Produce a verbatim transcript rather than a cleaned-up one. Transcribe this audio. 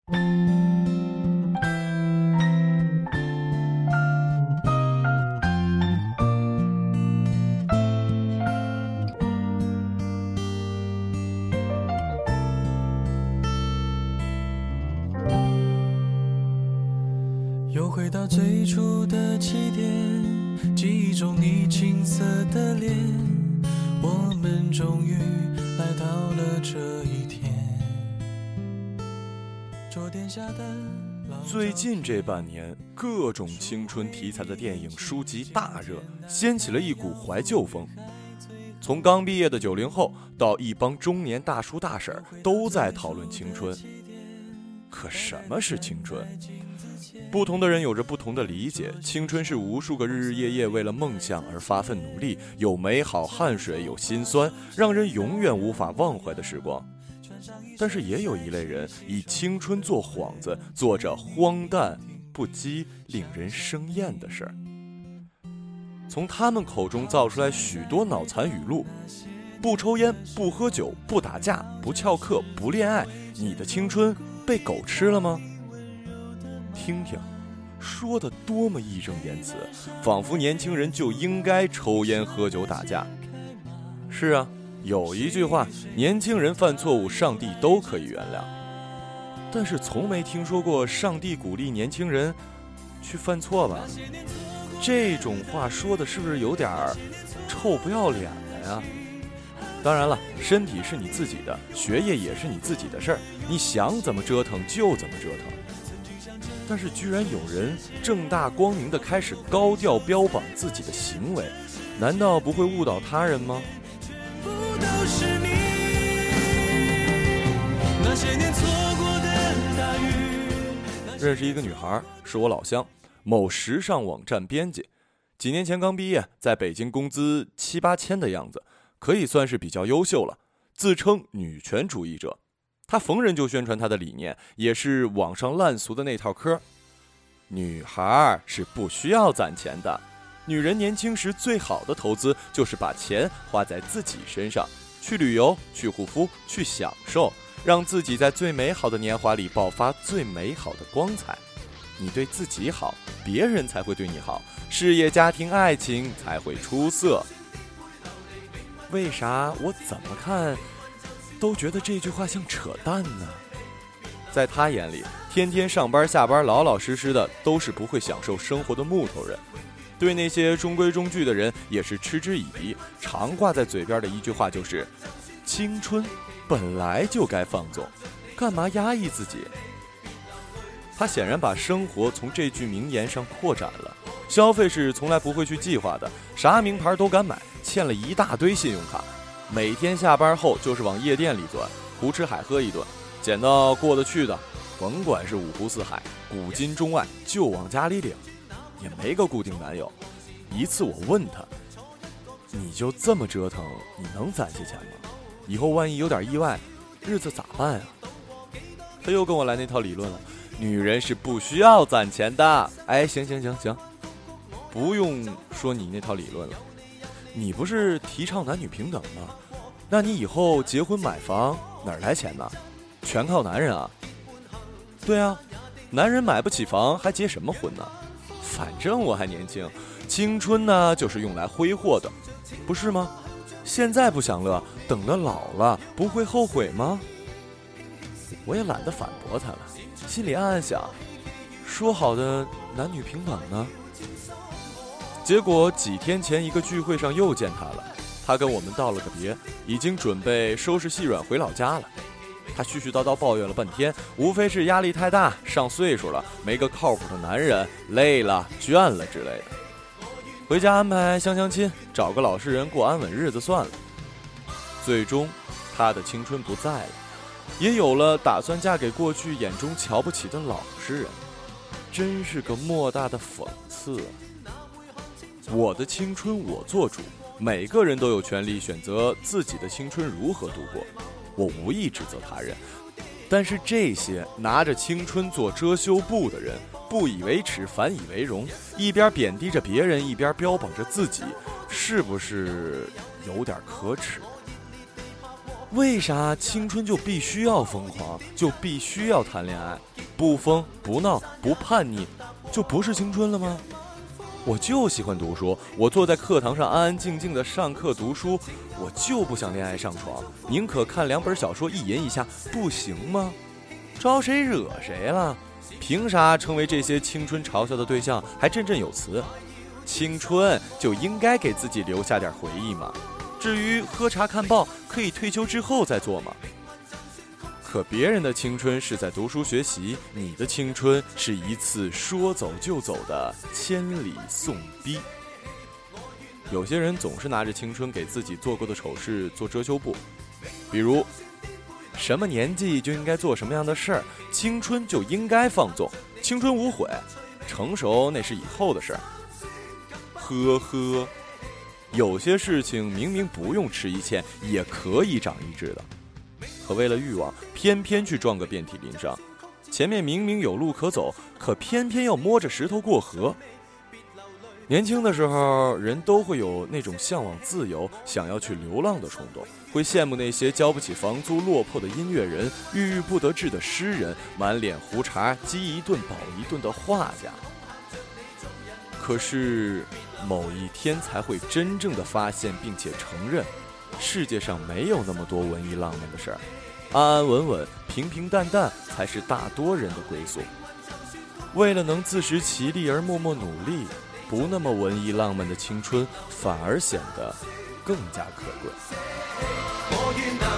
又回到最初的起点，记忆中你青涩的脸，我们终于来到了这一天。桌垫下的最近这半年，各种青春题材的电影书籍大热，掀起了一股怀旧风。从刚毕业的九零后到一帮中年大叔大婶都在讨论青春。可什么是青春？不同的人有着不同的理解。青春是无数个日日夜夜为了梦想而发奋努力，有美好汗水，有辛酸，让人永远无法忘怀的时光。但是也有一类人以青春做幌子，做着荒诞不羁令人生厌的事儿。从他们口中造出来许多脑残语录：不抽烟，不喝酒，不打架，不翘课，不恋爱，你的青春被狗吃了吗？听听，说的多么义正言辞，仿佛年轻人就应该抽烟喝酒打架。是啊，有一句话，年轻人犯错误，上帝都可以原谅。但是从没听说过上帝鼓励年轻人去犯错吧？这种话说的是不是有点臭不要脸的呀？当然了，身体是你自己的，学业也是你自己的事儿，你想怎么折腾就怎么折腾。但是居然有人正大光明地开始高调标榜自己的行为，难道不会误导他人吗？ 不都是你那些年错过的大雨。 认识一个女孩，是我老乡，某时尚网站编辑，几年前刚毕业，在北京工资七八千的样子，可以算是比较优秀了，自称女权主义者。他逢人就宣传他的理念，也是网上烂俗的那套嗑。女孩是不需要攒钱的，女人年轻时最好的投资就是把钱花在自己身上，去旅游，去护肤，去享受，让自己在最美好的年华里爆发最美好的光彩。你对自己好，别人才会对你好，事业、家庭、爱情才会出色。为啥我怎么看都觉得这句话像扯淡呢？在他眼里，天天上班下班老老实实的都是不会享受生活的木头人，对那些中规中矩的人也是嗤之以鼻。常挂在嘴边的一句话就是：青春本来就该放纵，干嘛压抑自己？他显然把生活从这句名言上扩展了，消费是从来不会去计划的，啥名牌都敢买，欠了一大堆信用卡，每天下班后就是往夜店里钻，胡吃海喝一顿，捡到过得去的，甭管是五湖四海，古今中外，就往家里领，也没个固定男友。一次我问他，你就这么折腾，你能攒下钱吗？以后万一有点意外，日子咋办啊？他又跟我来那套理论了，女人是不需要攒钱的。哎，行行行行，不用说你那套理论了，你不是提倡男女平等吗？那你以后结婚买房哪儿来钱呢？全靠男人啊？对啊，男人买不起房还结什么婚呢？反正我还年轻，青春呢就是用来挥霍的，不是吗？现在不享乐，等了老了不会后悔吗？我也懒得反驳他了，心里暗暗想，说好的男女平等呢？结果几天前一个聚会上又见他了，他跟我们道了个别，已经准备收拾细软回老家了。他絮絮叨叨抱怨了半天，无非是压力太大，上岁数了，没个靠谱的男人，累了倦了之类的，回家安排相相亲，找个老实人过安稳日子算了。最终他的青春不在了，也有了打算嫁给过去眼中瞧不起的老实人，真是个莫大的讽刺啊！我的青春我做主，每个人都有权利选择自己的青春如何度过，我无意指责他人，但是这些拿着青春做遮羞布的人，不以为耻反以为荣，一边贬低着别人，一边标榜着自己，是不是有点可耻？为啥青春就必须要疯狂，就必须要谈恋爱？ 不疯不闹不叛逆，就不是青春了吗？我就喜欢读书，我坐在课堂上安安静静的上课读书，我就不想恋爱上床，宁可看两本小说意淫一下，不行吗？招谁惹谁了？凭啥成为这些青春嘲笑的对象还振振有词？青春就应该给自己留下点回忆嘛。至于喝茶看报，可以退休之后再做嘛。可别人的青春是在读书学习，你的青春是一次说走就走的千里送逼。有些人总是拿着青春给自己做过的丑事做遮羞布，比如什么年纪就应该做什么样的事儿，青春就应该放纵，青春无悔，成熟那是以后的事儿。呵呵，有些事情明明不用吃一堑也可以长一智的，可为了欲望偏偏去撞个遍体鳞伤，前面明明有路可走，可偏偏要摸着石头过河。年轻的时候人都会有那种向往自由想要去流浪的冲动，会羡慕那些交不起房租落魄的音乐人，郁郁不得志的诗人，满脸胡茬饥一顿饱一顿的画家。可是某一天才会真正的发现并且承认，世界上没有那么多文艺浪漫的事儿，安安稳稳平平淡淡才是大多人的归宿。为了能自食其力而默默努力，不那么文艺浪漫的青春反而显得更加可贵。